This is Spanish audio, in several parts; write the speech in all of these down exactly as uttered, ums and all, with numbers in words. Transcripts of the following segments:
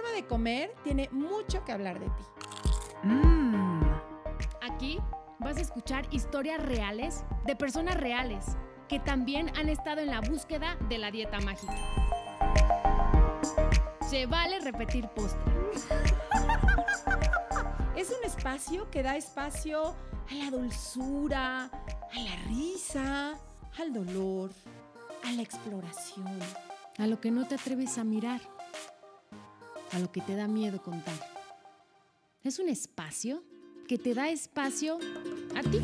forma de comer tiene mucho que hablar de ti. Mm. Aquí vas a escuchar historias reales de personas reales que también han estado en la búsqueda de la dieta mágica. Se vale repetir postre. Es un espacio que da espacio a la dulzura, a la risa, al dolor, a la exploración. A lo que no te atreves a mirar, a lo que te da miedo contar. Es un espacio que te da espacio a ti.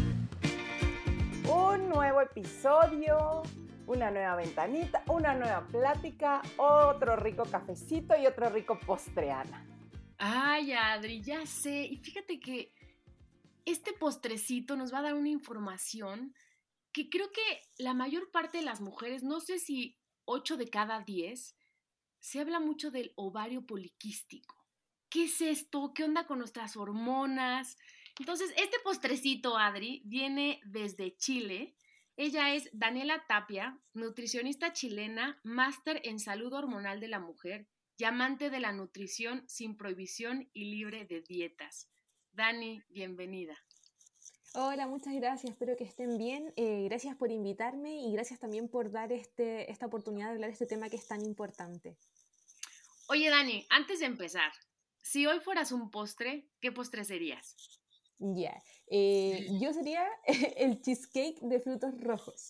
Un nuevo episodio, una nueva ventanita, una nueva plática, otro rico cafecito y otro rico postre, Ana. Ay, Adri, ya sé. Y fíjate que este postrecito nos va a dar una información que creo que la mayor parte de las mujeres, no sé si ocho de cada diez, se habla mucho del ovario poliquístico. ¿Qué es esto? ¿Qué onda con nuestras hormonas? Entonces, este postrecito, Adri, viene desde Chile. Ella es Daniela Tapia, nutricionista chilena, máster en salud hormonal de la mujer y amante de la nutrición sin prohibición y libre de dietas. Dani, bienvenida. Hola, muchas gracias, espero que estén bien. Eh, gracias por invitarme y gracias también por dar este, esta oportunidad de hablar de este tema que es tan importante. Oye, Dani, antes de empezar, si hoy fueras un postre, ¿qué postre serías? Ya, yeah. eh, yo sería el cheesecake de frutos rojos.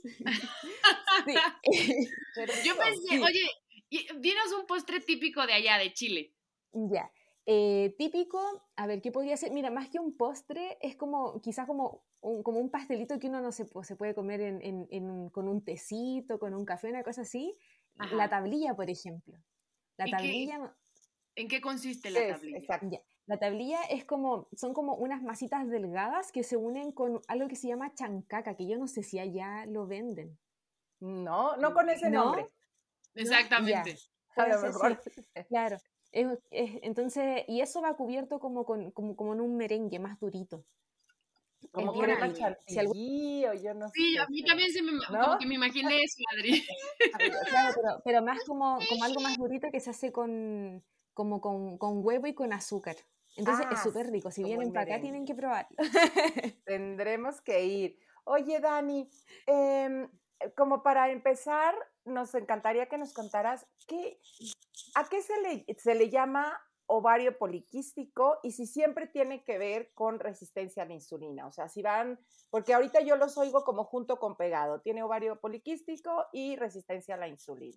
Sí. Yo pensé, sí. Oye, dinos un postre típico de allá, de Chile. Ya, yeah. eh, típico, a ver, ¿qué podría ser? Mira, más que un postre, es como, quizás como un, como un pastelito que uno no se, se puede comer en, en, en un, con un tecito, con un café, una cosa así. Ajá. La tablilla, por ejemplo. La tablilla... Qué, ¿En qué consiste la tablilla? Exacto. Yeah. La tablilla es como, son como unas masitas delgadas que se unen con algo que se llama chancaca, que yo no sé si allá lo venden. No, no con ese ¿No? nombre. Exactamente. ¿No? A lo mejor. Sí. Claro. Es, es, entonces, y eso va cubierto como, con, como, como en un merengue más durito. Como crema chantilly, si algún... o yo no sí, sé. Sí, a mí también se me, ¿no? Como que me imaginé eso, Adri. Claro, pero, pero más como, como algo más durito que se hace con, como con, con huevo y con azúcar. Entonces ah, es súper rico. Si vienen para acá tienen que probarlo. Tendremos que ir. Oye, Dani, eh, como para empezar, nos encantaría que nos contaras qué, a qué se le, se le llama ovario poliquístico y si siempre tiene que ver con resistencia a la insulina. O sea, si van, porque ahorita yo los oigo como junto con pegado. Tiene ovario poliquístico y resistencia a la insulina.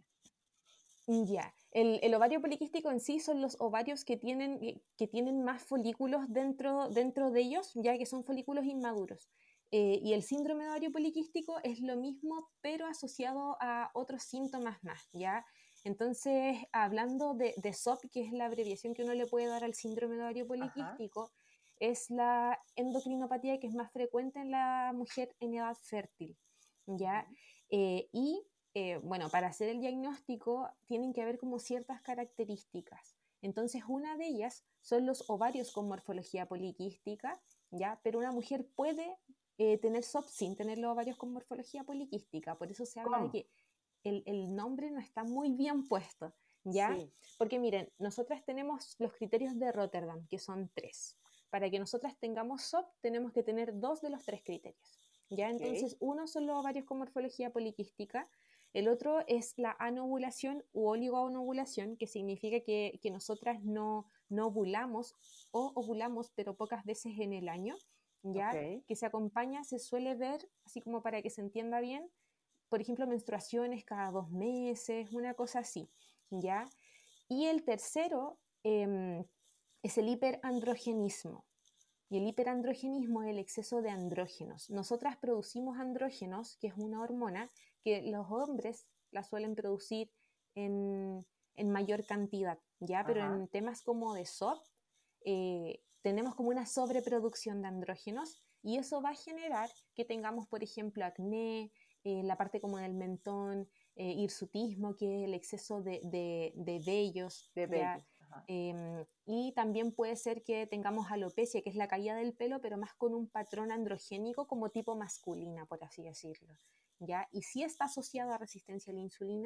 Ya, el, el ovario poliquístico en sí son los ovarios que tienen, que tienen más folículos dentro, dentro de ellos, ya que son folículos inmaduros. Eh, y el síndrome de ovario poliquístico es lo mismo, pero asociado a otros síntomas más, ¿ya? Entonces, hablando de, de S O P, que es la abreviación que uno le puede dar al síndrome de ovario poliquístico, ajá, es la endocrinopatía que es más frecuente en la mujer en edad fértil, ¿ya? Uh-huh. Eh, y Eh, bueno, para hacer el diagnóstico tienen que haber como ciertas características. Entonces, una de ellas son los ovarios con morfología poliquística, ¿ya? Pero una mujer puede eh, tener S O P sin tener los ovarios con morfología poliquística. Por eso se habla ¿Cómo? de que el, el nombre no está muy bien puesto, ¿ya? Sí. Porque miren, nosotras tenemos los criterios de Rotterdam, que son tres. Para que nosotras tengamos S O P, tenemos que tener dos de los tres criterios, ¿ya? Entonces, okay, uno son los ovarios con morfología poliquística. El otro es la anovulación u oligoanovulación, que significa que, que nosotras no, no ovulamos o ovulamos, pero pocas veces en el año, ¿ya? Okay. Que se acompaña, se suele ver, así como para que se entienda bien, por ejemplo, menstruaciones cada dos meses, una cosa así, ¿ya? Y el tercero eh, es el hiperandrogenismo. Y el hiperandrogenismo es el exceso de andrógenos. Nosotras producimos andrógenos, que es una hormona que los hombres la suelen producir en, en mayor cantidad, ¿ya? Pero Ajá. en temas como de S O P, eh, tenemos como una sobreproducción de andrógenos y eso va a generar que tengamos, por ejemplo, acné, eh, la parte como del mentón, eh, hirsutismo, que es el exceso de, de, de vellos, de vellos. Eh, y también puede ser que tengamos alopecia, que es la caída del pelo, pero más con un patrón androgénico como tipo masculina, por así decirlo, ¿ya? Y sí está asociado a resistencia a la insulina,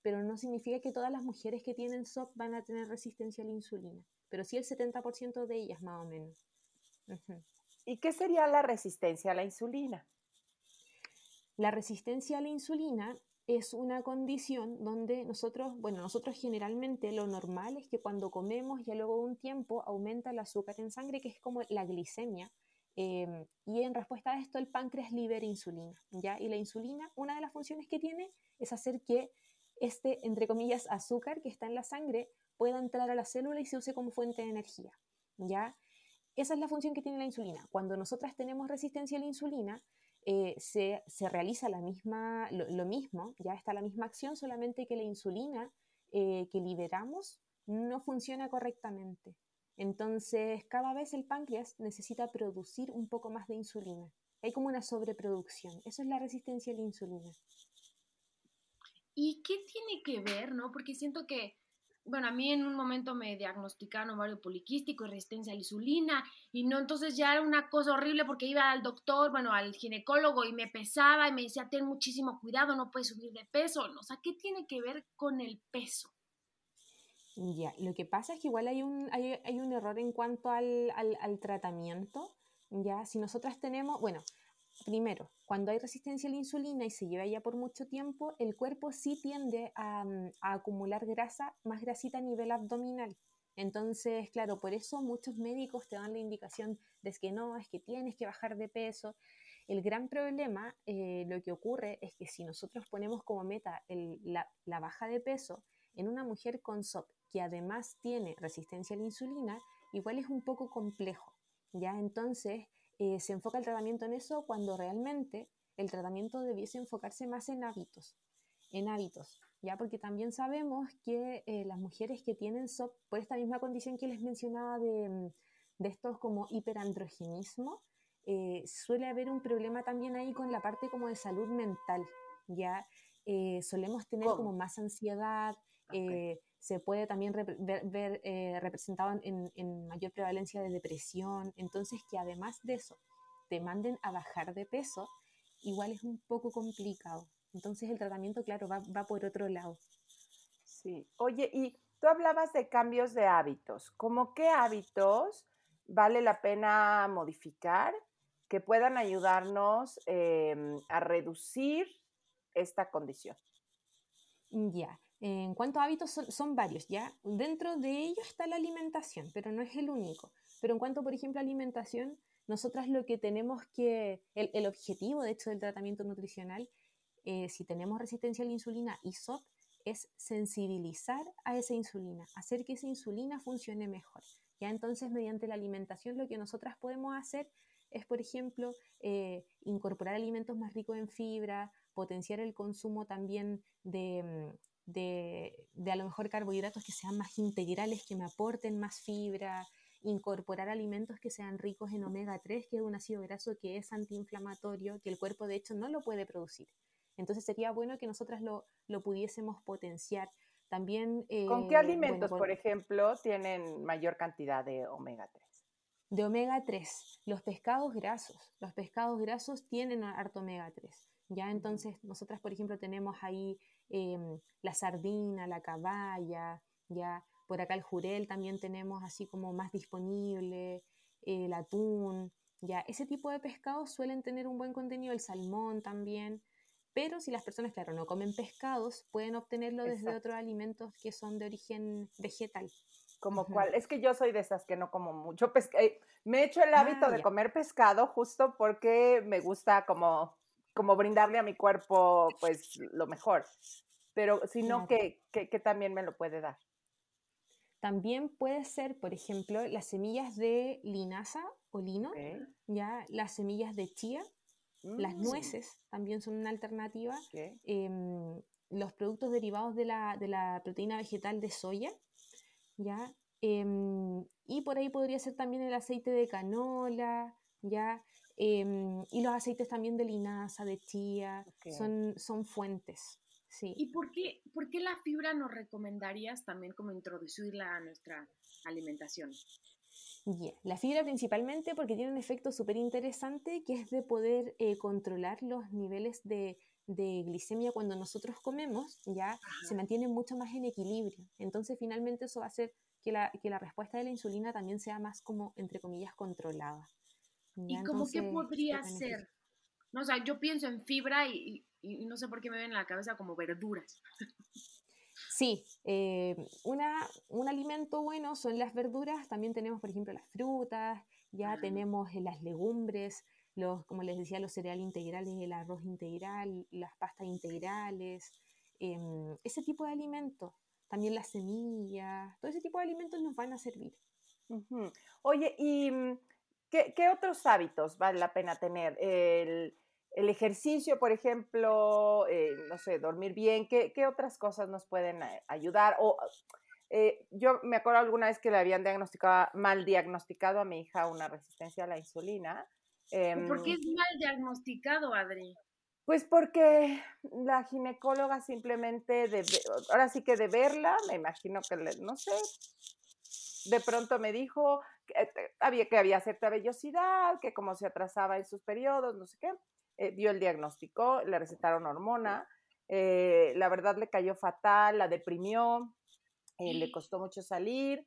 pero no significa que todas las mujeres que tienen S O P van a tener resistencia a la insulina, pero sí el setenta por ciento de ellas más o menos. Uh-huh. ¿Y qué sería la resistencia a la insulina? La resistencia a la insulina es una condición donde nosotros, bueno, nosotros generalmente lo normal es que cuando comemos ya luego de un tiempo aumenta el azúcar en sangre, que es como la glicemia, eh, y en respuesta a esto el páncreas libera insulina, ¿ya? Y la insulina, una de las funciones que tiene es hacer que este, entre comillas, azúcar que está en la sangre pueda entrar a la célula y se use como fuente de energía, ¿ya? Esa es la función que tiene la insulina. Cuando nosotras tenemos resistencia a la insulina, eh, se, se realiza la misma, lo, lo mismo, ya está la misma acción, solamente que la insulina eh, que liberamos no funciona correctamente. Entonces, cada vez el páncreas necesita producir un poco más de insulina. Hay como una sobreproducción. Eso es la resistencia a la insulina. ¿Y qué tiene que ver, no? Porque siento que, bueno, a mí en un momento me diagnosticaron ovario poliquístico y resistencia a la insulina, y no, entonces ya era una cosa horrible porque iba al doctor, bueno, al ginecólogo, y me pesaba y me decía, ten muchísimo cuidado, no puedes subir de peso. O sea, ¿qué tiene que ver con el peso? Ya, lo que pasa es que igual hay un, hay, hay un error en cuanto al, al, al tratamiento, ya, si nosotras tenemos, bueno, primero, cuando hay resistencia a la insulina y se lleva ya por mucho tiempo, el cuerpo sí tiende a, a acumular grasa, más grasita a nivel abdominal. Entonces, claro, por eso muchos médicos te dan la indicación de que no, es que tienes que bajar de peso. El gran problema, eh, lo que ocurre es que si nosotros ponemos como meta el, la, la baja de peso en una mujer con S O P que además tiene resistencia a la insulina, igual es un poco complejo, ¿ya? Entonces, Eh, se enfoca el tratamiento en eso cuando realmente el tratamiento debiese enfocarse más en hábitos, en hábitos, ¿ya? Porque también sabemos que eh, las mujeres que tienen S O P, por esta misma condición que les mencionaba de, de estos como hiperandrogenismo, eh, suele haber un problema también ahí con la parte como de salud mental, ¿ya? Eh, solemos tener ¿Cómo? como más ansiedad, Okay. eh, se puede también rep- ver, ver eh, representado en, en mayor prevalencia de depresión, entonces que además de eso te manden a bajar de peso, igual es un poco complicado. Entonces el tratamiento, claro, va, va por otro lado. Sí. Oye, y tú hablabas de cambios de hábitos. ¿Cómo qué hábitos vale la pena modificar que puedan ayudarnos eh, a reducir esta condición? Ya, en cuanto a hábitos son, son varios, ¿ya? Dentro de ellos está la alimentación, pero no es el único. Pero en cuanto, por ejemplo, a alimentación, nosotras lo que tenemos que, el, el objetivo, de hecho, del tratamiento nutricional, eh, si tenemos resistencia a la insulina y S O P, es sensibilizar a esa insulina, hacer que esa insulina funcione mejor. Ya entonces, mediante la alimentación, lo que nosotras podemos hacer es, por ejemplo, eh, incorporar alimentos más ricos en fibra, potenciar el consumo también de, de, de a lo mejor carbohidratos que sean más integrales, que me aporten más fibra, incorporar alimentos que sean ricos en omega tres, que es un ácido graso que es antiinflamatorio, que el cuerpo de hecho no lo puede producir. Entonces sería bueno que nosotras lo, lo pudiésemos potenciar. También, eh, ¿Con qué bueno, alimentos, por, por ejemplo, tienen mayor cantidad de omega tres? de omega tres, los pescados grasos. Los pescados grasos tienen harto omega tres. Ya entonces nosotras, por ejemplo, tenemos ahí eh, la sardina, la caballa, ya por acá el jurel también tenemos así como más disponible, eh, el atún, ya ese tipo de pescados suelen tener un buen contenido, el salmón también, pero si las personas, claro, no comen pescados, pueden obtenerlo desde Exacto. otros alimentos que son de origen vegetal. ¿Como Uh-huh. cuál? Es que yo soy de esas que no como mucho pescado. Me he hecho el hábito Ah, de ya. comer pescado justo porque me gusta como, como brindarle a mi cuerpo pues lo mejor. Pero si no, Claro. ¿qué, qué, qué también me lo puede dar? También puede ser, por ejemplo, las semillas de linaza o lino, Okay. ya las semillas de chía, las Mm, nueces también son una alternativa, okay. eh, los productos derivados de la, de la proteína vegetal de soya, ya, eh, y por ahí podría ser también el aceite de canola, ya, eh, y los aceites también de linaza, de chía, Okay. son, son fuentes. Sí. ¿Y por qué, por qué la fibra nos recomendarías también como introducirla a nuestra alimentación? Yeah. La fibra principalmente porque tiene un efecto súper interesante que es de poder eh, controlar los niveles de, de glicemia cuando nosotros comemos, ya Ajá. se mantiene mucho más en equilibrio. Entonces finalmente eso va a hacer que la, que la respuesta de la insulina también sea más como, entre comillas, controlada. ¿Ya? ¿Y como qué Entonces, podría súper ser? beneficio. No, o sea, yo pienso en fibra y, y, y no sé por qué me ven en la cabeza como verduras. Sí, eh, una, un alimento bueno son las verduras, también tenemos, por ejemplo, las frutas, ya Ah, tenemos eh, las legumbres, los, como les decía, los cereales integrales, el arroz integral, las pastas integrales, em, ese tipo de alimentos, también las semillas, todo ese tipo de alimentos nos van a servir. Ujú. Oye, ¿y mm, qué, qué otros hábitos vale la pena tener? El, el ejercicio, por ejemplo, eh, no sé, dormir bien, ¿qué, qué otras cosas nos pueden eh, ayudar? O eh, yo me acuerdo alguna vez que le habían diagnosticado, mal diagnosticado a mi hija una resistencia a la insulina. ¿o por qué em, es mal diagnosticado, Adri? pues porque la ginecóloga simplemente, de, ve- ahora sí que de verla, me imagino que, le, no sé, de pronto me dijo que, eh, había, que había cierta vellosidad, que como se atrasaba en sus periodos, no sé qué, eh, dio el diagnóstico, le recetaron hormona, eh, la verdad le cayó fatal, la deprimió, eh, le costó mucho salir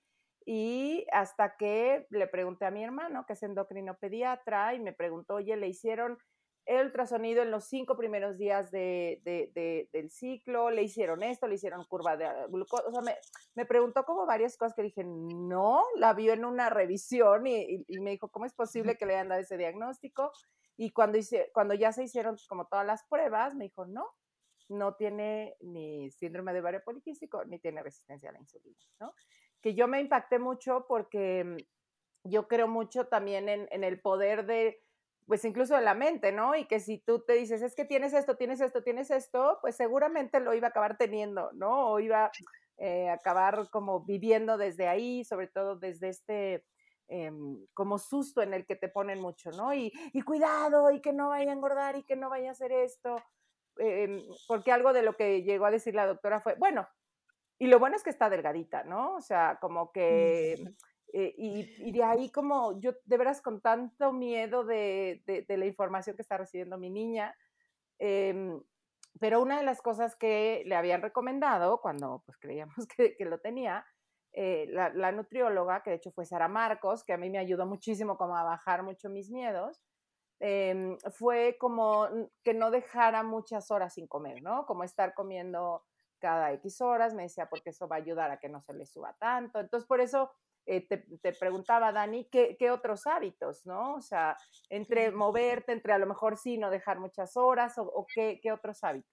y hasta que le pregunté a mi hermano, que es endocrino pediatra, y me preguntó, oye, le hicieron el ultrasonido en los cinco primeros días de, de, de, del ciclo, le hicieron esto, le hicieron curva de glucosa, o sea, me, me preguntó como varias cosas que dije, no, la vio en una revisión y, y, y me dijo, ¿cómo es posible que le hayan dado ese diagnóstico? Y cuando, hice, cuando ya se hicieron como todas las pruebas, me dijo, no, no tiene ni síndrome de ovario poliquístico, ni tiene resistencia a la insulina, ¿no? Que yo me impacté mucho porque yo creo mucho también en, en el poder de, pues incluso de la mente, ¿no? Y que si tú te dices, es que tienes esto, tienes esto, tienes esto, pues seguramente lo iba a acabar teniendo, ¿no? O iba eh, a acabar como viviendo desde ahí, sobre todo desde este eh, como susto en el que te ponen mucho, ¿no? Y, y cuidado, y que no vaya a engordar, y que no vaya a hacer esto. Eh, porque algo de lo que llegó a decir la doctora fue, bueno, y lo bueno es que está delgadita, ¿no? O sea, como que, eh, y, y, de ahí como yo de veras con tanto miedo de, de, de la información que está recibiendo mi niña, eh, pero una de las cosas que le habían recomendado cuando pues creíamos que, que lo tenía, eh, la, la nutrióloga, que de hecho fue Sara Marcos, que a mí me ayudó muchísimo como a bajar mucho mis miedos, eh, fue como que no dejara muchas horas sin comer, ¿no? Como estar comiendo cada X horas, me decía, porque eso va a ayudar a que no se le suba tanto. Entonces, por eso eh, te, te, preguntaba, Dani, ¿qué, ¿qué otros hábitos, no? O sea, entre Claro. moverte, entre a lo mejor sí, no dejar muchas horas, o, o qué, qué otros hábitos.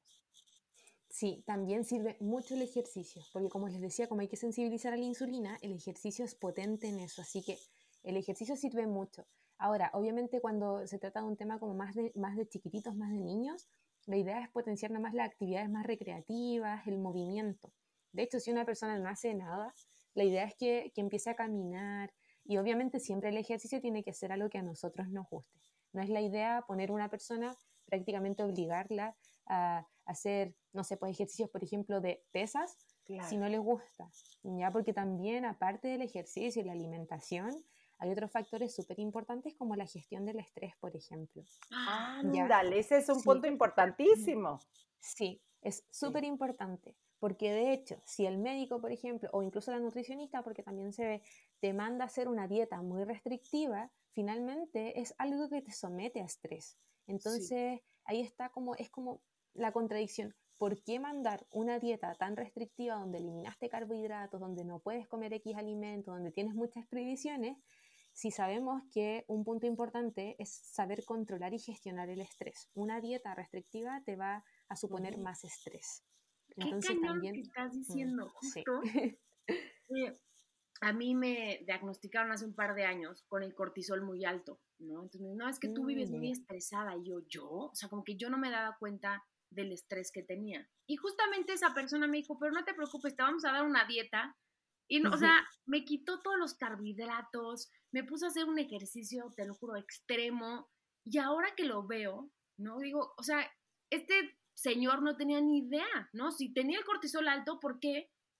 Sí, también sirve mucho el ejercicio, porque como les decía, como hay que sensibilizar a la insulina, el ejercicio es potente en eso, así que el ejercicio sirve mucho. Ahora, obviamente cuando se trata de un tema como más de, más de chiquititos, más de niños, la idea es potenciar nada más las actividades más recreativas, el movimiento. De hecho, si una persona no hace nada, la idea es que, que empiece a caminar y obviamente siempre el ejercicio tiene que ser algo que a nosotros nos guste. No es la idea poner a una persona, prácticamente obligarla a hacer, no sé, pues ejercicios, por ejemplo, de pesas, Claro. si no les gusta, ¿ya? Porque también, aparte del ejercicio y la alimentación, hay otros factores súper importantes como la gestión del estrés, por ejemplo. ¿Ya? Ándale, ese es un Sí. punto importantísimo. Sí, es Sí. súper importante, porque de hecho, si el médico, por ejemplo, o incluso la nutricionista, porque también se ve, te manda a hacer una dieta muy restrictiva, finalmente es algo que te somete a estrés. Entonces, sí. Ahí está como, es como la contradicción. ¿Por qué mandar una dieta tan restrictiva donde eliminaste carbohidratos, donde no puedes comer X alimentos, donde tienes muchas prohibiciones, si sabemos que un punto importante es saber controlar y gestionar el estrés? Una dieta restrictiva te va a suponer uh-huh. más estrés. Qué Entonces cañón también... que estás diciendo, Mm, justo. sí. eh, a mí me diagnosticaron hace un par de años con el cortisol muy alto, ¿no? Entonces, no, es que tú vives mm, muy yeah. estresada. Y yo, ¿yo? O sea, como que yo no me daba cuenta del estrés que tenía. Y justamente esa persona me dijo, pero no te preocupes, te vamos a dar una dieta. Y, no, o sea, me quitó todos los carbohidratos, me puso a hacer un ejercicio, te lo juro, extremo. Y ahora que lo veo, ¿no? Digo, o sea, este señor no tenía ni idea, ¿no? Si tenía el cortisol alto, ¿por qué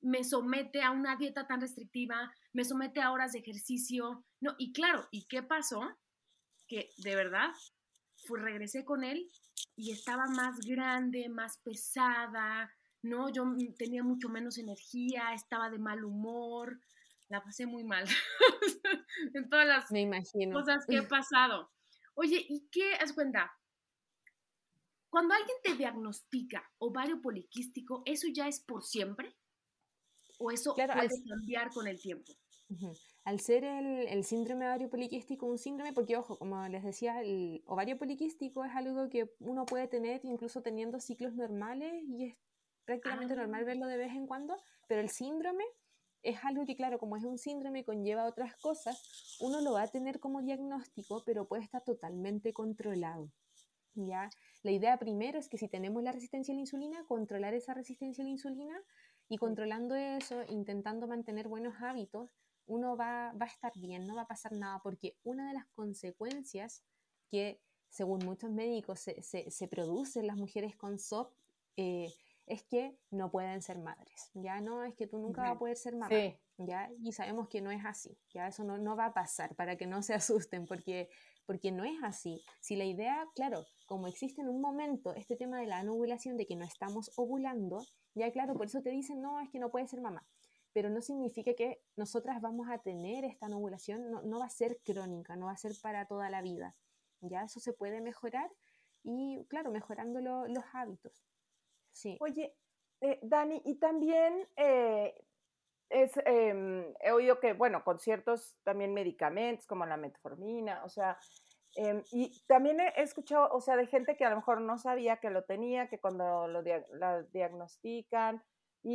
me somete a una dieta tan restrictiva, me somete a horas de ejercicio, ¿no? Y claro, ¿y qué pasó? Que de verdad, pues regresé con él y estaba más grande, más pesada, ¿no? Yo tenía mucho menos energía, estaba de mal humor, la pasé muy mal en todas las Me imagino. cosas que he pasado. Oye, ¿y qué? Haz cuenta, cuando alguien te diagnostica ovario poliquístico, ¿eso ya es por siempre? ¿O eso Claro, al, puede cambiar con el tiempo? ujú. Al ser el, el síndrome ovario poliquístico un síndrome, porque ojo, como les decía, el ovario poliquístico es algo que uno puede tener incluso teniendo ciclos normales y es prácticamente Ah, normal verlo de vez en cuando, pero el síndrome es algo que, claro, como es un síndrome, conlleva otras cosas, uno lo va a tener como diagnóstico, pero puede estar totalmente controlado. ¿Ya? La idea primero es que si tenemos la resistencia a la insulina, controlar esa resistencia a la insulina y controlando eso, intentando mantener buenos hábitos, uno va, va a estar bien, no va a pasar nada, porque una de las consecuencias que, según muchos médicos, se, se, se produce en las mujeres con S O P eh, es que no pueden ser madres, ¿ya? No, es que tú nunca vas a poder ser mamá, Sí. ¿ya? Y sabemos que no es así, ¿ya? Eso no, no va a pasar, para que no se asusten, porque, porque no es así. Si la idea, claro, como existe en un momento este tema de la anovulación, de que no estamos ovulando, ya claro, por eso te dicen, no, es que no puede ser mamá, pero no significa que nosotras vamos a tener esta anovulación, no, no va a ser crónica, no va a ser para toda la vida, ya eso se puede mejorar y claro, mejorando lo, los hábitos. Sí. Oye, eh, Dani, y también eh, es, eh, he oído que, bueno, con ciertos también medicamentos como la metformina, o sea, eh, y también he, he escuchado, o sea, de gente que a lo mejor no sabía que lo tenía, que cuando lo dia la diagnostican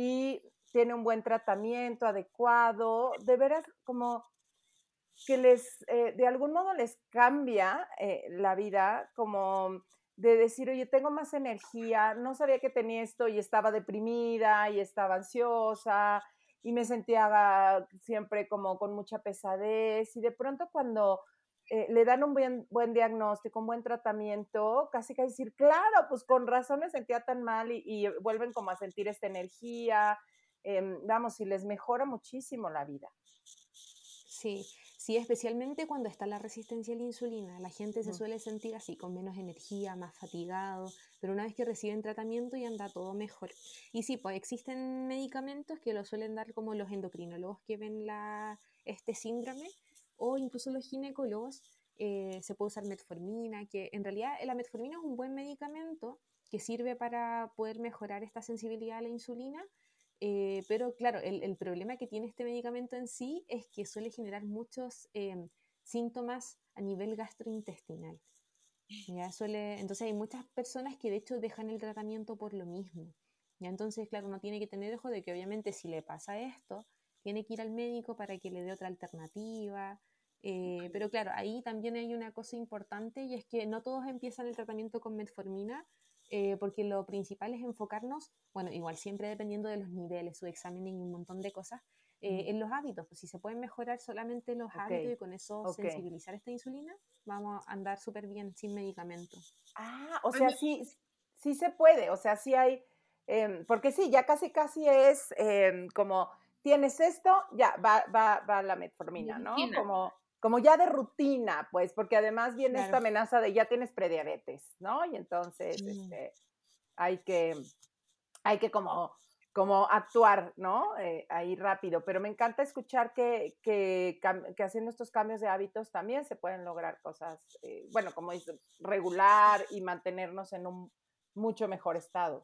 y tiene un buen tratamiento adecuado, de veras como que les, eh, de algún modo les cambia eh, la vida, como de decir, oye, tengo más energía, no sabía que tenía esto y estaba deprimida y estaba ansiosa y me sentía siempre como con mucha pesadez y de pronto cuando eh, le dan un buen, buen diagnóstico, un buen tratamiento, casi que decir, claro, pues con razón me sentía tan mal y, y vuelven como a sentir esta energía, eh, vamos, y les mejora muchísimo la vida. Sí, sí, especialmente cuando está la resistencia a la insulina. La gente se Uh-huh. suele sentir así, con menos energía, más fatigado, pero una vez que reciben tratamiento ya anda todo mejor. Y sí, pues existen medicamentos que lo suelen dar como los endocrinólogos que ven la, este síndrome o incluso los ginecólogos. Eh, se puede usar metformina, que en realidad la metformina es un buen medicamento que sirve para poder mejorar esta sensibilidad a la insulina. Eh, pero claro, el, el, problema que tiene este medicamento en sí es que suele generar muchos eh, síntomas a nivel gastrointestinal. ¿Ya? Suele, entonces hay muchas personas que de hecho dejan el tratamiento por lo mismo. ¿Ya? Entonces, claro, uno tiene que tener ojo de que obviamente si le pasa esto, tiene que ir al médico para que le dé otra alternativa. Eh, pero claro, ahí también hay una cosa importante y es que no todos empiezan el tratamiento con metformina, eh, porque lo principal es enfocarnos, bueno, igual siempre dependiendo de los niveles, su examen y un montón de cosas, eh, mm. en los hábitos. Pues si se pueden mejorar solamente los okay. hábitos y con eso okay. sensibilizar esta insulina, vamos a andar súper bien sin medicamento. Ah, o sea, sí, sí se puede, o sea, sí hay, eh, porque sí, ya casi casi es eh, como, tienes esto, ya va, va, va la metformina, ¿no? Como, como ya de rutina, pues, porque además viene claro. esta amenaza de ya tienes prediabetes, ¿no? Y entonces, mm. este, hay que, hay que como, como actuar, ¿no? Eh, ahí rápido, pero me encanta escuchar que, que, que haciendo estos cambios de hábitos también se pueden lograr cosas, eh, bueno, como dices, regular y mantenernos en un mucho mejor estado.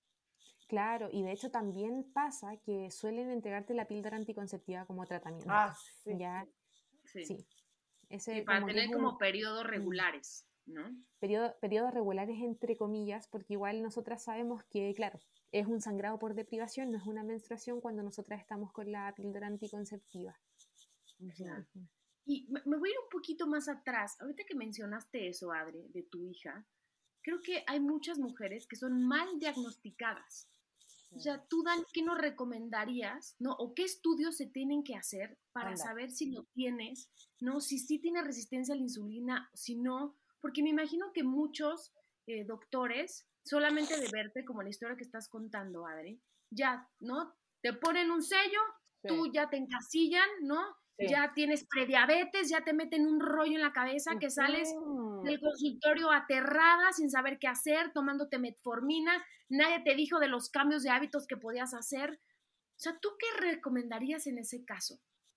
Claro, y de hecho también pasa que suelen entregarte la píldora anticonceptiva como tratamiento. Ah, sí. ¿Ya? Sí. Sí. Ese sí, para como tener un, como periodos regulares, ¿no? Periodo, periodos regulares entre comillas, porque igual nosotras sabemos que, claro, es un sangrado por deprivación, no es una menstruación cuando nosotras estamos con la píldora anticonceptiva. Claro. Uh-huh. Y me voy a ir un poquito más atrás. Ahorita que mencionaste eso, Adri, de tu hija, creo que hay muchas mujeres que son mal diagnosticadas. O sea, tú, Dan, ¿qué nos recomendarías, no? ¿O qué estudios se tienen que hacer para Anda. saber si lo tienes, no? Si sí tienes resistencia a la insulina, si no, porque me imagino que muchos eh, doctores, solamente de verte, como la historia que estás contando, Adri, ya, ¿no? te ponen un sello, Sí. tú ya te encasillan, ¿no? Sí. Ya tienes prediabetes, ya te meten un rollo en la cabeza que sales Ujú. del consultorio aterrada, sin saber qué hacer, tomándote metformina, nadie te dijo de los cambios de hábitos que podías hacer. O sea, ¿tú qué recomendarías en ese caso?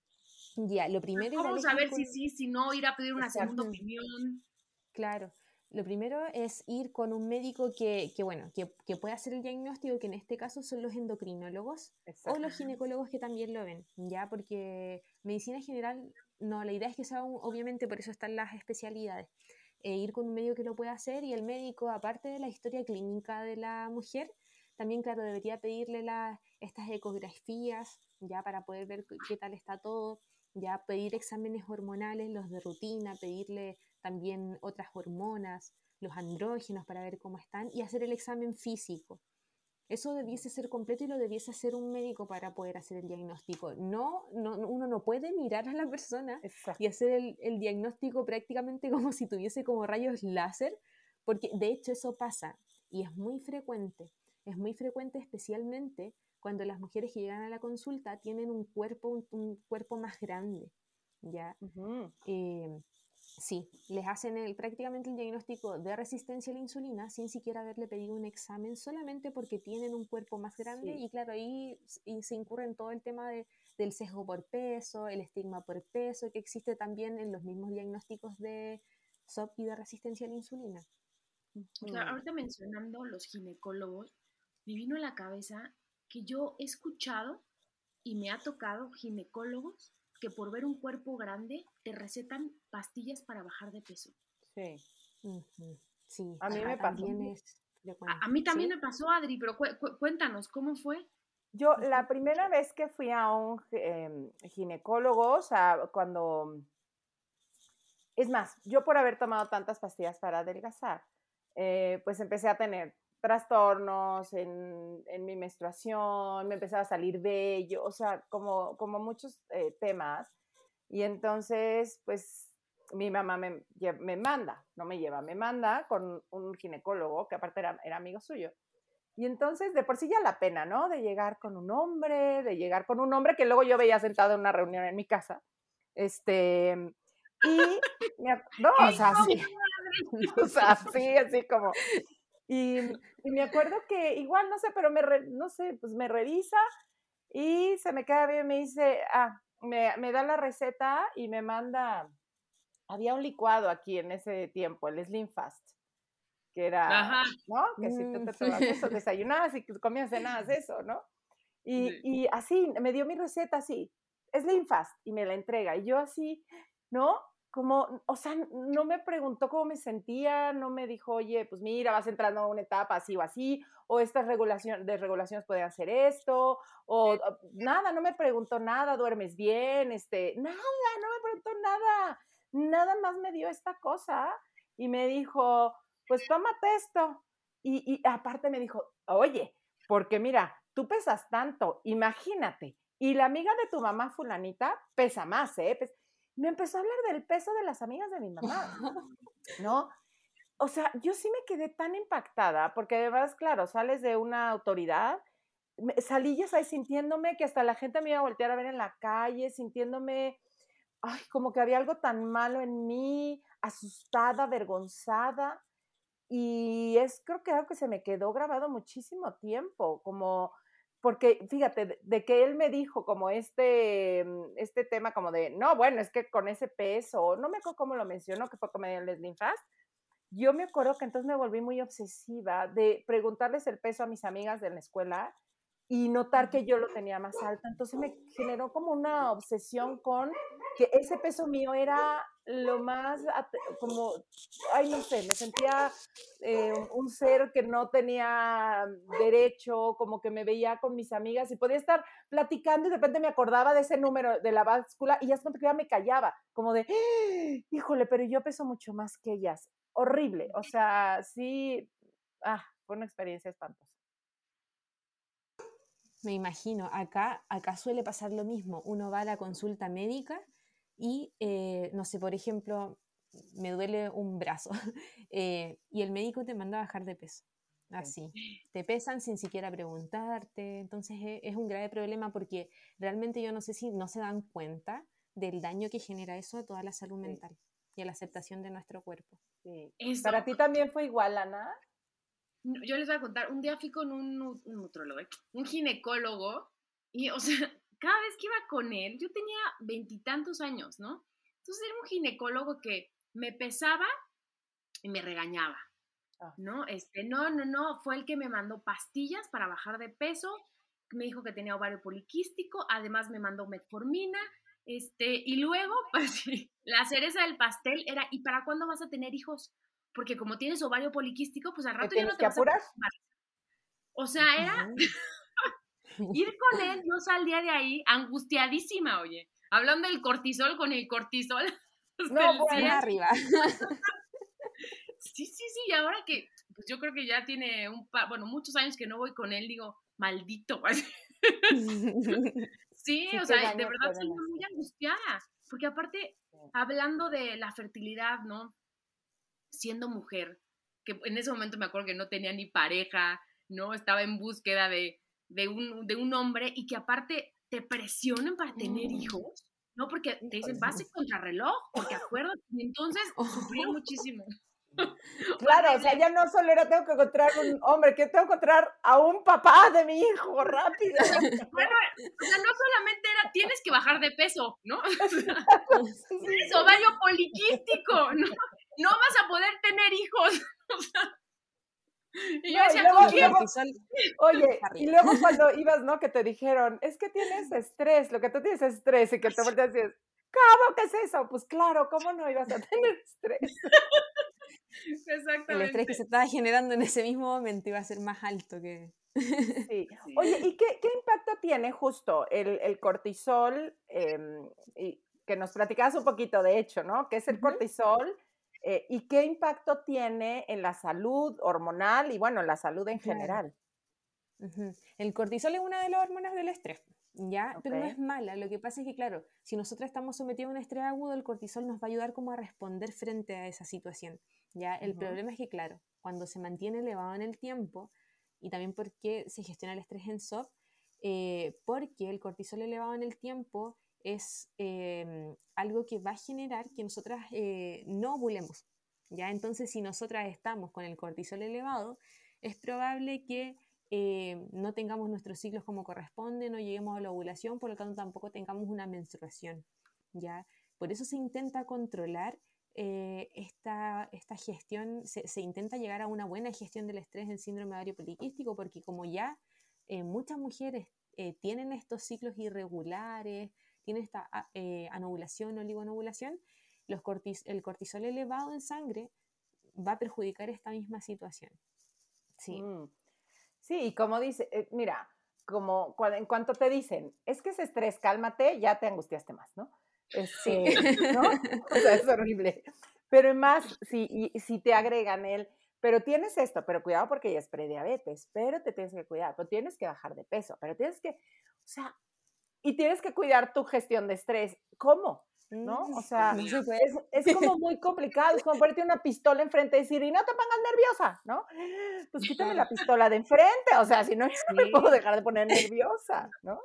Ya, lo primero igual ¿Cómo es ir saber con... si sí, si no, ir a pedir una Exacto. segunda Ujú. opinión? Claro, lo primero es ir con un médico que, que bueno, que, que pueda hacer el diagnóstico, que en este caso son los endocrinólogos o Exacto. los ginecólogos que también lo ven, ¿ya? Porque medicina general, no, la idea es que sea, un- obviamente por eso están las especialidades, eh, ir con un médico que lo pueda hacer y el médico, aparte de la historia clínica de la mujer, también, claro, debería pedirle la- estas ecografías, ya, para poder ver qué qué tal está todo, ya, pedir exámenes hormonales, los de rutina, pedirle también otras hormonas, los andrógenos para ver cómo están y hacer el examen físico. Eso debiese ser completo y lo debiese hacer un médico para poder hacer el diagnóstico. No, no uno no puede mirar a la persona Exacto. y hacer el, el diagnóstico prácticamente como si tuviese como rayos láser, porque de hecho eso pasa y es muy frecuente. Es muy frecuente especialmente cuando las mujeres que llegan a la consulta tienen un cuerpo, un, un cuerpo más grande, ¿ya? Ujú. Eh, Sí, les hacen el, prácticamente el diagnóstico de resistencia a la insulina sin siquiera haberle pedido un examen, solamente porque tienen un cuerpo más grande Sí. y claro, ahí s- y se incurre en todo el tema de, del sesgo por peso, el estigma por peso, que existe también en los mismos diagnósticos de S O P y de resistencia a la insulina. O sea, Ujú. ahorita mencionando los ginecólogos, me vino a la cabeza que yo he escuchado y me ha tocado ginecólogos que por ver un cuerpo grande te recetan pastillas para bajar de peso. Sí. Ujú. Sí, A mí acá me pasó. también es A, a frecuente, mí también ¿sí? me pasó, Adri, pero cu- cu- cuéntanos, ¿cómo fue? Yo, la Ujú. primera vez que fui a un em, ginecólogo, o sea, cuando, es más, yo por haber tomado tantas pastillas para adelgazar, eh, pues empecé a tener trastornos en, en mi menstruación, me empezaba a salir vello, o sea, como, como muchos eh, temas. Y entonces, pues mi mamá me, lle- me manda, no me lleva, me manda con un ginecólogo, que aparte era, era amigo suyo. Y entonces, de por sí ya la pena, ¿no? De llegar con un hombre, de llegar con un hombre que luego yo veía sentado en una reunión en mi casa. Este, y, me ac- no, ¡Qué o sea, sí, incómodo, o sea, sí, así como. Y, y me acuerdo que igual, no sé, pero me, re- no sé, pues me revisa y se me queda bien, me dice, ah, me, me da la receta y me manda, había un licuado aquí en ese tiempo, el Slim Fast, que era, Ajá. ¿no? Que si tú Mm. te tomas eso, desayunabas y comías, cenabas eso, ¿no? Y, Sí. y así, me dio mi receta así, Slim Fast, y me la entrega. Y yo así, ¿no? Como, o sea, no me preguntó cómo me sentía, no me dijo, oye, pues mira, vas entrando a una etapa así o así, o estas regulaciones, desregulaciones pueden hacer esto, o o nada, no me preguntó nada, duermes bien, este, nada, no me preguntó nada, nada más me dio esta cosa y me dijo, pues tómate esto. Y, y aparte me dijo, oye, porque mira, tú pesas tanto, imagínate, y la amiga de tu mamá fulanita pesa más, ¿eh? Pes- me empezó a hablar del peso de las amigas de mi mamá, ¿no? O sea, yo sí me quedé tan impactada, porque además, claro, sales de una autoridad, me- salí ya sabes, sintiéndome que hasta la gente me iba a voltear a ver en la calle, sintiéndome, ay, como que había algo tan malo en mí, asustada, avergonzada, y es creo que algo que se me quedó grabado muchísimo tiempo, como porque fíjate, de, de que él me dijo como este, mm, este tema como de, no, bueno, es que con ese peso, no me acuerdo cómo lo mencionó, que fue como el Slim Fast, yo me acuerdo que entonces me volví muy obsesiva de preguntarles el peso a mis amigas de la escuela y notar que yo lo tenía más alto. Entonces me generó como una obsesión con que ese peso mío era lo más, como, ay, no sé, me sentía eh, un ser que no tenía derecho, como que me veía con mis amigas y podía estar platicando y de repente me acordaba de ese número de la báscula y ya, ya me callaba, como de, ¡ah! Híjole, pero yo peso mucho más que ellas. Horrible, o sea, sí, ah, fue una experiencia espantosa. Me imagino, acá, acá suele pasar lo mismo. Uno va a la consulta médica y, eh, no sé, por ejemplo, me duele un brazo eh, y el médico te manda a bajar de peso. Así, te pesan sin siquiera preguntarte, entonces es, es un grave problema porque realmente yo no sé si no se dan cuenta del daño que genera eso a toda la salud Sí. mental y a la aceptación de nuestro cuerpo. Sí. Eso. ¿Para ti también fue igual, Ana? Yo les voy a contar, un día fui con un, un nutrólogo, ¿eh? un ginecólogo, y, o sea, cada vez que iba con él, yo tenía veintitantos años, ¿no? Entonces era un ginecólogo que me pesaba y me regañaba, ¿no? Este, no, no, no, fue el que me mandó pastillas para bajar de peso, me dijo que tenía ovario poliquístico, además me mandó metformina, este, y luego, pues, la cereza del pastel era, ¿y para cuándo vas a tener hijos? Porque como tienes ovario poliquístico, pues al rato ya no te vas apurar? a preocupar. O sea, era ir con él, yo salía de ahí angustiadísima, oye, hablando del cortisol con el cortisol. No, bueno, arriba. Sí, sí, sí, y ahora que, pues yo creo que ya tiene un par, bueno, muchos años que no voy con él, digo, maldito. Sí, sí, o qué sea, de daño verdad pueden salía muy hacer. angustiada, porque aparte, Sí. hablando de la fertilidad, ¿no? Siendo mujer, que en ese momento me acuerdo que no tenía ni pareja, ¿no? Estaba en búsqueda de, de, un, de un hombre y que aparte te presionan para tener hijos, ¿no? Porque te dicen, vas en contrarreloj, porque acuérdate, y entonces sufría muchísimo. Claro, o sea, ya no solo era tengo que encontrar un hombre, que tengo que encontrar a un papá de mi hijo, rápido. Bueno, o sea, no solamente era tienes que bajar de peso, ¿no? O sea, Sí, tienes ovario poliquístico, ¿no? No vas a poder tener hijos. O sea, y yo no, decía, y luego, ¿con y quién? luego, oye, y luego cuando ibas, ¿no? Que te dijeron, es que tienes estrés, lo que tú tienes es estrés, y que te volteas y dices, ¿cómo? ¿Qué es eso? Pues claro, ¿cómo no ibas a tener estrés? Exactamente. El estrés que se estaba generando en ese mismo momento iba a ser más alto que... Sí. Sí. Oye, ¿y qué, qué impacto tiene justo el, el cortisol? Eh, y que nos platicabas un poquito, de hecho, ¿no? ¿Qué es el Ujú. cortisol? Eh, ¿Y qué impacto tiene en la salud hormonal y, bueno, en la salud en Claro. general? Ujú. El cortisol es una de las hormonas del estrés, ¿ya? Pero no Ok. es mala. Lo que pasa es que, claro, si nosotros estamos sometidos a un estrés agudo, el cortisol nos va a ayudar como a responder frente a esa situación, ¿ya? El Ujú. problema es que, claro, cuando se mantiene elevado en el tiempo, y también porque se gestiona el estrés en S O P, eh, porque el cortisol elevado en el tiempo es eh, algo que va a generar que nosotras eh, no ovulemos, ¿ya? Entonces, si nosotras estamos con el cortisol elevado, es probable que eh, no tengamos nuestros ciclos como corresponde, no lleguemos a la ovulación, por lo tanto tampoco tengamos una menstruación, ¿ya? Por eso se intenta controlar eh, esta, esta gestión, se, se intenta llegar a una buena gestión del estrés en síndrome ovario poliquístico, porque como ya eh, muchas mujeres eh, tienen estos ciclos irregulares, tienen esta eh, anovulación o oligonovulación, los cortis, el cortisol elevado en sangre va a perjudicar esta misma situación. Sí. Mm. Sí, y como dice, eh, mira, como cuando, en cuanto te dicen, es que ese estrés, cálmate, ya te angustiaste más, ¿no? Sí. Este, ¿no? O sea, es horrible. Pero más, si, y, si te agregan el, pero tienes esto, pero cuidado porque ya es prediabetes, pero te tienes que cuidar, pero tienes que bajar de peso, pero tienes que, o sea, y tienes que cuidar tu gestión de estrés. ¿Cómo? ¿No? O sea, No se puede. es, es como muy complicado, es como ponerte una pistola enfrente y decir, y no te pongas nerviosa, ¿no? Pues quítame la pistola de enfrente, o sea, si no, yo no me Sí. puedo dejar de poner nerviosa, ¿no?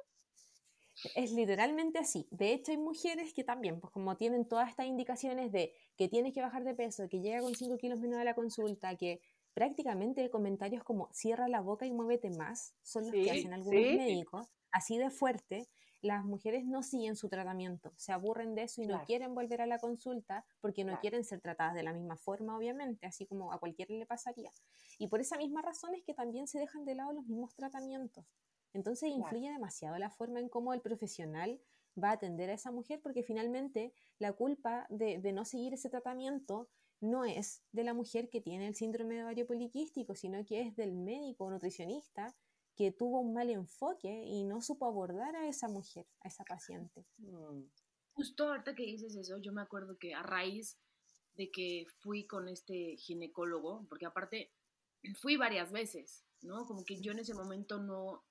Es literalmente así. De hecho, hay mujeres que también, pues como tienen todas estas indicaciones de que tienes que bajar de peso, que llega con cinco kilos menos a la consulta, que prácticamente comentarios como cierra la boca y muévete más son los que Sí, hacen algunos sí, médicos, así de fuerte, las mujeres no siguen su tratamiento, se aburren de eso y no claro, quieren volver a la consulta porque no claro. quieren ser tratadas de la misma forma, obviamente, así como a cualquiera le pasaría. Y por esa misma razón es que también se dejan de lado los mismos tratamientos. Entonces Claro. influye demasiado la forma en cómo el profesional va a atender a esa mujer, porque finalmente la culpa de, de no seguir ese tratamiento no es de la mujer que tiene el síndrome de ovario poliquístico, sino que es del médico o nutricionista que tuvo un mal enfoque y no supo abordar a esa mujer, a esa paciente. Mm. Justo ahorita que dices eso, yo me acuerdo que a raíz de que fui con este ginecólogo, porque aparte fui varias veces, ¿no? Como que yo en ese momento no,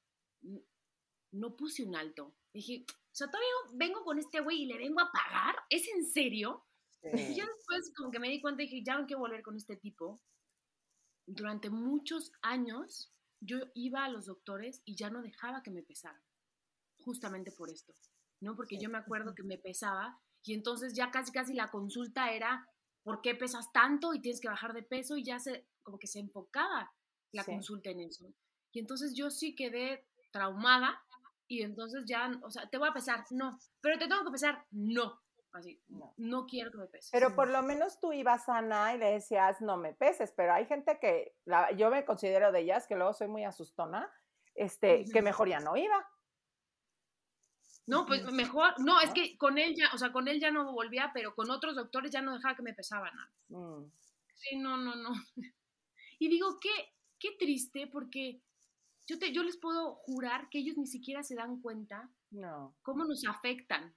no puse un alto. Dije, o sea, todavía vengo con este güey y le vengo a pagar, ¿es en serio? Sí. Y ya después como que me di cuenta y dije, ya no quiero volver con este tipo. durante muchos años yo iba a los doctores y ya no dejaba que me pesaran, justamente por esto, ¿no? Porque Sí. yo me acuerdo que me pesaba y entonces ya casi casi la consulta era ¿por qué pesas tanto y tienes que bajar de peso? Y ya se, como que se enfocaba la Sí. consulta en eso. Y entonces yo sí quedé traumada y entonces ya, o sea, te voy a pesar, no, pero te tengo que pesar, no, así, No. no quiero que me peses. Pero por lo menos tú ibas sana y le decías, no me peses, pero hay gente que, la, yo me considero de ellas, que luego soy muy asustona, este, Ujú. que mejor ya no iba. No, pues Ujú. mejor, no, es ¿No? que con él ya, o sea, con él ya no volvía, pero con otros doctores ya no dejaba que me pesaba nada. Mm, Sí, no, no, no. Y digo, qué, qué triste, porque yo, te, yo les puedo jurar que ellos ni siquiera se dan cuenta no, cómo nos afectan,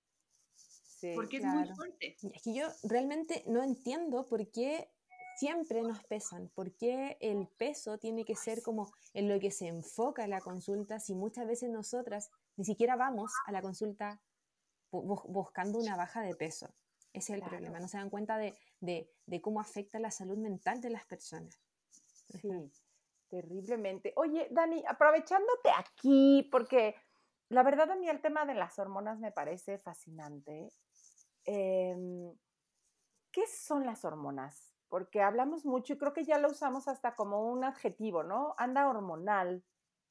sí. porque es muy Claro. fuerte. Y es que yo realmente no entiendo por qué siempre nos pesan, por qué el peso tiene que ser como en lo que se enfoca la consulta, si muchas veces nosotras ni siquiera vamos a la consulta bu- bu- buscando una baja de peso. Ese es el problema, Claro, no se dan cuenta de, de- de cómo afecta la salud mental de las personas. Ujú. sí, terriblemente. Oye, Dani, aprovechándote aquí, porque la verdad a mí el tema de las hormonas me parece fascinante. em, ¿Qué son las hormonas? Porque hablamos mucho y creo que ya lo usamos hasta como un adjetivo, ¿no? Anda hormonal,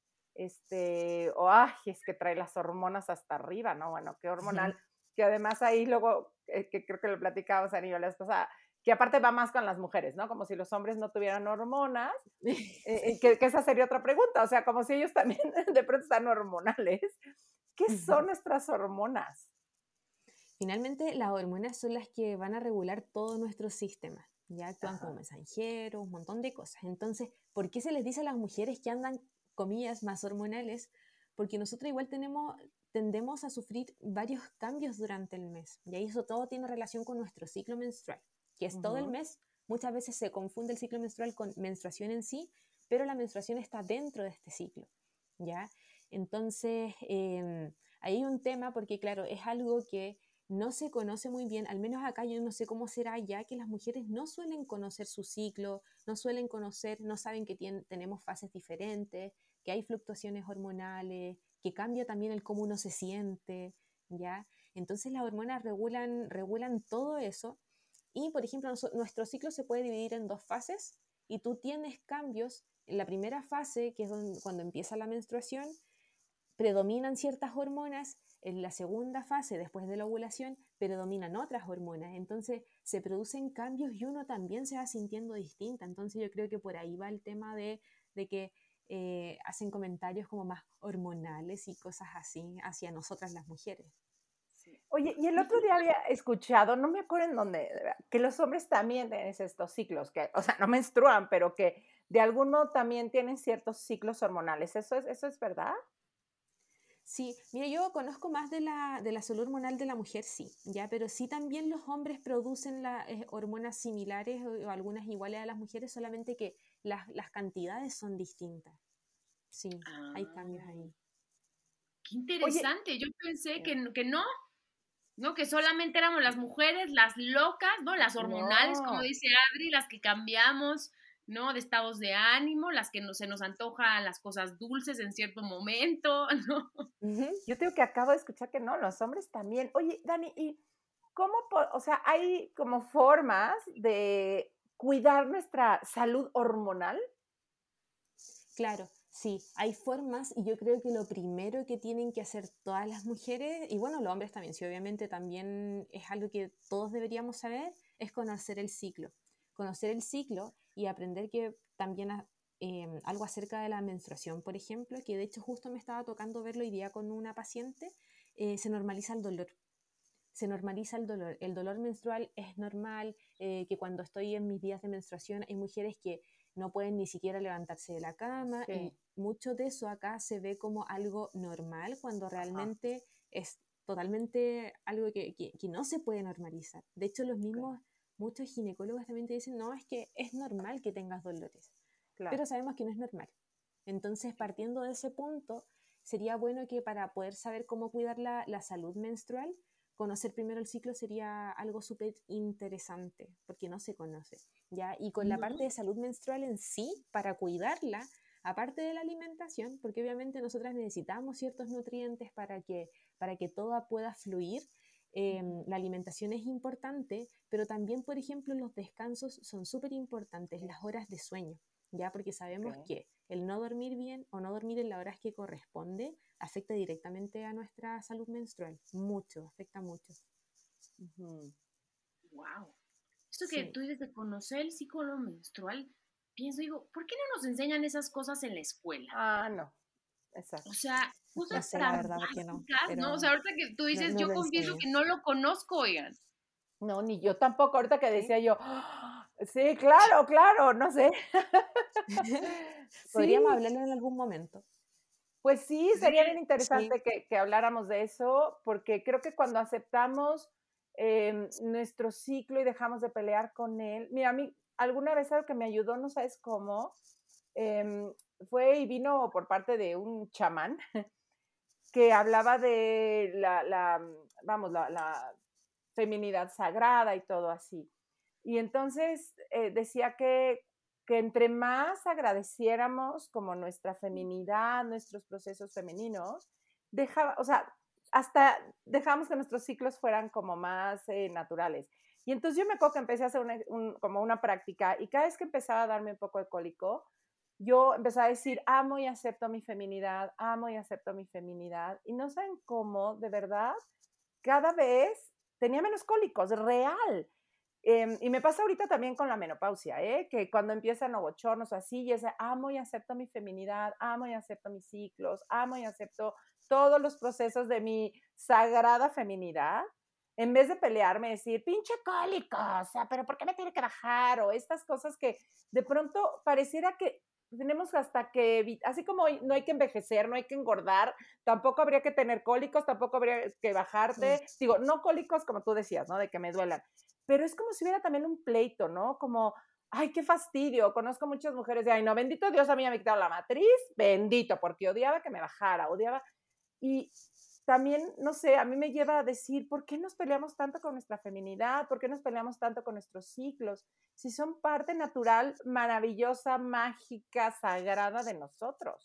este, o ay, es que trae las hormonas hasta arriba, ¿no? Bueno, qué hormonal, que además ahí luego, eh, que creo que lo platicábamos a nivel pasada, que aparte va más con las mujeres, ¿no? Como si los hombres no tuvieran hormonas, eh, que, que esa sería otra pregunta, o sea, como si ellos también de pronto están hormonales. ¿Qué son nuestras hormonas? Finalmente, las hormonas son las que van a regular todo nuestro sistema. Ya actúan como Ajá. mensajeros, un montón de cosas. Entonces, ¿por qué se les dice a las mujeres que andan, comillas, más hormonales? Porque nosotros igual tenemos, tendemos a sufrir varios cambios durante el mes. Y ahí eso todo tiene relación con nuestro ciclo menstrual, que es todo el Ujú. mes. Muchas veces se confunde el ciclo menstrual con menstruación en sí, pero la menstruación está dentro de este ciclo. ¿Ya? Entonces, eh, ahí hay un tema porque, claro, es algo que no se conoce muy bien, al menos acá yo no sé cómo será ya que las mujeres no suelen conocer su ciclo, no suelen conocer, no saben que tien, tenemos fases diferentes, que hay fluctuaciones hormonales, que cambia también el cómo uno se siente, ¿ya? Entonces las hormonas regulan, regulan todo eso y, por ejemplo, nos, nuestro ciclo se puede dividir en dos fases y tú tienes cambios en la primera fase, que es donde, cuando empieza la menstruación, predominan ciertas hormonas, en la segunda fase, después de la ovulación, predominan otras hormonas. Entonces se producen cambios y uno también se va sintiendo distinta. Entonces yo creo que por ahí va el tema de, de que eh, hacen comentarios como más hormonales y cosas así hacia nosotras las mujeres. Sí. Oye, y el Y otro día fíjate, había escuchado, no me acuerdo en dónde, de verdad, que los hombres también tienen estos ciclos, que, o sea, no menstruan, pero que de algún modo también tienen ciertos ciclos hormonales. ¿Eso es, eso es verdad? Sí, mira, yo conozco más de la, de la salud hormonal de la mujer, sí, ya, pero sí también los hombres producen la, eh, hormonas similares o, o algunas iguales a las mujeres, solamente que las, las cantidades son distintas. Sí, hay cambios ah, ahí. qué Oye, interesante. Yo pensé eh, que, que no, ¿no? Que solamente éramos las mujeres, las locas, ¿no? Las hormonales, como no. dice Adri, las que cambiamos, ¿no? De estados de ánimo, las que no, se nos antojan las cosas dulces en cierto momento, ¿no? Ujú. Yo tengo que acabo de escuchar que no, los hombres también. Oye, Dani, ¿y cómo, po- o sea, hay como formas de cuidar nuestra salud hormonal? Claro, sí, hay formas y yo creo que lo primero que tienen que hacer todas las mujeres, y bueno, los hombres también, sí, obviamente también es algo que todos deberíamos saber, es conocer el ciclo. Conocer el ciclo y aprender que también a- eh, algo acerca de la menstruación, por ejemplo, que de hecho justo me estaba tocando verlo hoy día con una paciente, eh, se normaliza el dolor. Se normaliza el dolor. El dolor menstrual es normal, eh, que cuando estoy en mis días de menstruación hay mujeres que no pueden ni siquiera levantarse de la cama y Sí, mucho de eso acá se ve como algo normal cuando ajá, realmente es totalmente algo que, que, que no se puede normalizar. De hecho, los ok, mismos, muchos ginecólogos también te dicen, no, es que es normal que tengas dolores, claro. pero sabemos que no es normal. Entonces, partiendo de ese punto, sería bueno que para poder saber cómo cuidar la, la salud menstrual, conocer primero el ciclo sería algo súper interesante, porque no se conoce, ¿ya? Y con la parte de salud menstrual en sí, para cuidarla, aparte de la alimentación, porque obviamente nosotras necesitamos ciertos nutrientes para que, para que todo pueda fluir, eh, la alimentación es importante, pero también, por ejemplo, los descansos son súper importantes, las horas de sueño, ¿ya? Porque sabemos Ok. que el no dormir bien o no dormir en las horas que corresponde afecta directamente a nuestra salud menstrual, mucho, afecta mucho. Ujú. Wow. Esto que Sí. tú dices de conocer el ciclo menstrual, pienso, digo, ¿por qué no nos enseñan esas cosas en la escuela? Ah, no, O exacto. sea, No cosas sé la tan verdad por qué no, básicas, ¿no? O sea, pero ahorita que tú no, dices, no yo lo confieso enseñan. que no lo conozco, oigan. No, ni yo tampoco, ahorita que ¿Sí? decía yo, ¡ah! Sí, claro, claro, no sé. Podríamos Sí, hablarlo en algún momento. pues sí, Sí, sería bien Sí, interesante que, que habláramos de eso, porque creo que cuando aceptamos em, nuestro ciclo y dejamos de pelear con él, mira, a mí alguna vez algo que me ayudó, no sabes cómo, em, fue y vino por parte de un chamán que hablaba de la, la vamos, la, la feminidad sagrada y todo así. Y entonces eh, decía que, que entre más agradeciéramos como nuestra feminidad, nuestros procesos femeninos, dejaba, o sea, hasta dejamos que nuestros ciclos fueran como más eh, naturales. Y entonces yo me acuerdo que empecé a hacer una, un, como una práctica y cada vez que empezaba a darme un poco de cólico, yo empecé a decir, amo y acepto mi feminidad, amo y acepto mi feminidad. Y no saben cómo, de verdad, cada vez tenía menos cólicos, real. Eh, y me pasa ahorita también con la menopausia, ¿eh? Que cuando empiezan los bochornos o así, y es de, amo y acepto mi feminidad, amo y acepto mis ciclos, amo y acepto todos los procesos de mi sagrada feminidad, en vez de pelearme, decir, pinche cólico, o sea, pero ¿por qué me tiene que bajar? O estas cosas que de pronto pareciera que tenemos hasta que, así como no hay que envejecer, no hay que engordar, tampoco habría que tener cólicos, tampoco habría que bajarte, mm, digo, no cólicos como tú decías, ¿no? De que me duelan, pero es como si hubiera también un pleito, ¿no? Como, ay, qué fastidio. Conozco muchas mujeres de, ay, no, bendito Dios, a mí ya me quitaron la matriz, bendito, porque odiaba que me bajara, odiaba. Y también, no sé, a mí me lleva a decir, ¿por qué nos peleamos tanto con nuestra feminidad? ¿Por qué nos peleamos tanto con nuestros ciclos? Si son parte natural, maravillosa, mágica, sagrada de nosotros.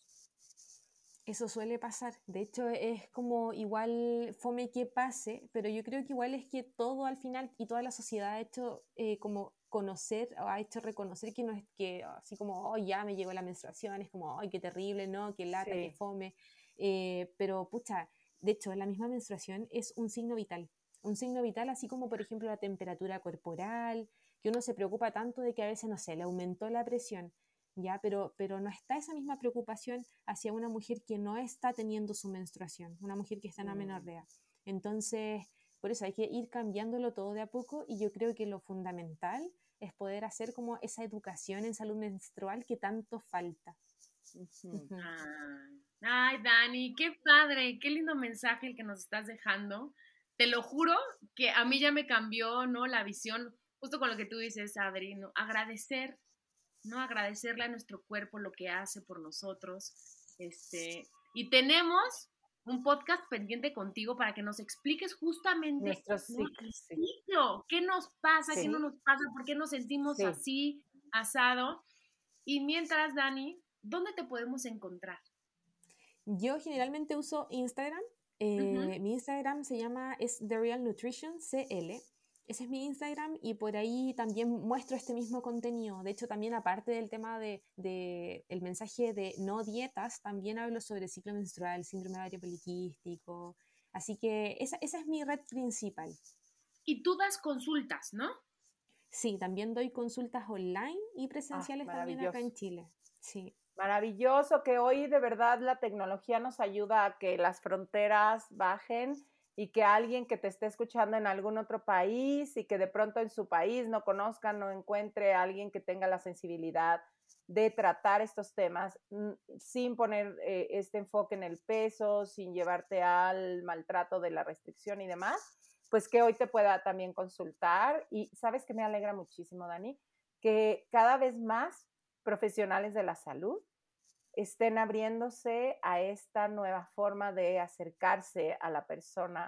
eso suele pasar. De hecho, es como igual fome que pase, pero yo creo que igual es que todo al final y toda la sociedad ha hecho eh, como conocer, o ha hecho reconocer que no es que así como, oh, ya me llegó la menstruación, es como, ay, qué terrible, ¿no? Qué lata, qué Sí. fome. Eh, pero, pucha, de hecho, la misma menstruación es un signo vital. Un signo vital, así como, por ejemplo, la temperatura corporal, que uno se preocupa tanto de que a veces, no sé, le aumentó la presión. ¿Ya? Pero, pero no está esa misma preocupación hacia una mujer que no está teniendo su menstruación, una mujer que está en Mm. amenorrea. Entonces, por eso hay que ir cambiándolo todo de a poco y yo creo que lo fundamental es poder hacer como esa educación en salud menstrual que tanto falta. Ujú. Ujú. Ay, ay, Dani, qué padre, qué lindo mensaje el que nos estás dejando. Te lo juro que a mí ya me cambió, ¿no? La visión, justo con lo que tú dices, Adri, ¿no? Agradecer, ¿no? Agradecerle a nuestro cuerpo lo que hace por nosotros. Este, y tenemos un podcast pendiente contigo para que nos expliques justamente, Nuestros ¿no? ciclos, El sí, ciclo, qué nos pasa, qué sí, no nos pasa, por qué nos sentimos sí. así, asado. Y mientras, Dani, ¿dónde te podemos encontrar? Yo generalmente uso Instagram. Ujú. Eh, mi Instagram se llama es The Real Nutrition C L. Ese es mi Instagram y por ahí también muestro este mismo contenido. De hecho, también aparte del tema de, de el mensaje de no dietas, también hablo sobre ciclo menstrual, síndrome ovario poliquístico. Así que esa, esa es mi red principal. Y tú das consultas, ¿no? Sí, también doy consultas online y Ah, presenciales también acá maravilloso. en Chile. Sí. Maravilloso que hoy de verdad la tecnología nos ayuda a que las fronteras bajen y que alguien que te esté escuchando en algún otro país y que de pronto en su país no conozca, no encuentre a alguien que tenga la sensibilidad de tratar estos temas mm, sin poner eh, este enfoque en el peso, sin llevarte al maltrato de la restricción y demás, pues que hoy te pueda también consultar. Y sabes que me alegra muchísimo, Dani, que cada vez más profesionales de la salud estén abriéndose a esta nueva forma de acercarse a la persona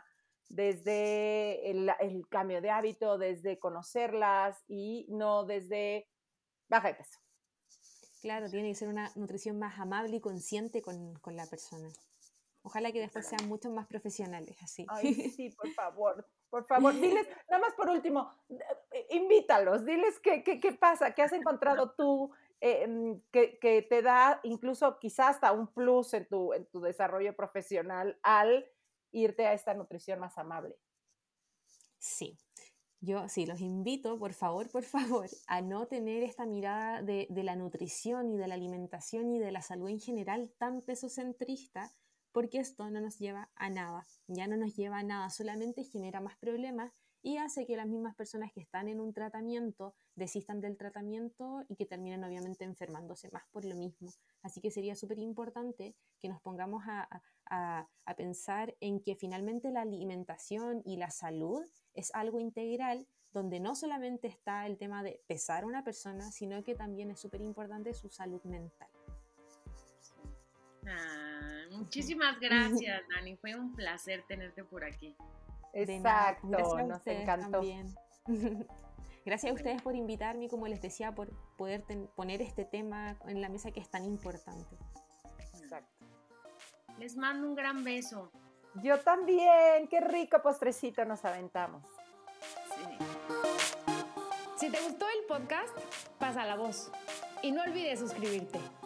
desde el, el cambio de hábito, desde conocerlas y no desde baja de peso. Claro, tiene que ser una nutrición más amable y consciente con, con la persona. Ojalá que después sean mucho más profesionales, así. Ay, sí, por favor, por favor. Diles, nada más por último, invítalos, diles qué, qué, qué pasa, qué has encontrado tú, eh, que, que te da incluso quizás hasta un plus en tu, en tu desarrollo profesional al irte a esta nutrición más amable. Sí, yo sí, los invito, por favor, por favor, a no tener esta mirada de, de la nutrición y de la alimentación y de la salud en general tan pesocentrista, porque esto no nos lleva a nada, ya no nos lleva a nada, solamente genera más problemas y hace que las mismas personas que están en un tratamiento desistan del tratamiento y que terminen obviamente enfermándose más por lo mismo. Así que sería súper importante que nos pongamos a, a, a pensar en que finalmente la alimentación y la salud es algo integral donde no solamente está el tema de pesar a una persona, sino que también es súper importante su salud mental. Ah, muchísimas gracias, Dani. Fue un placer tenerte por aquí. Exacto, gracias a nos ustedes encantó. También. Gracias a ustedes por invitarme y, como les decía, por poder ten- poner este tema en la mesa que es tan importante. Exacto. Les mando un gran beso. Yo también, qué rico postrecito nos aventamos. Sí. Si te gustó el podcast, pasa la voz. Y no olvides suscribirte.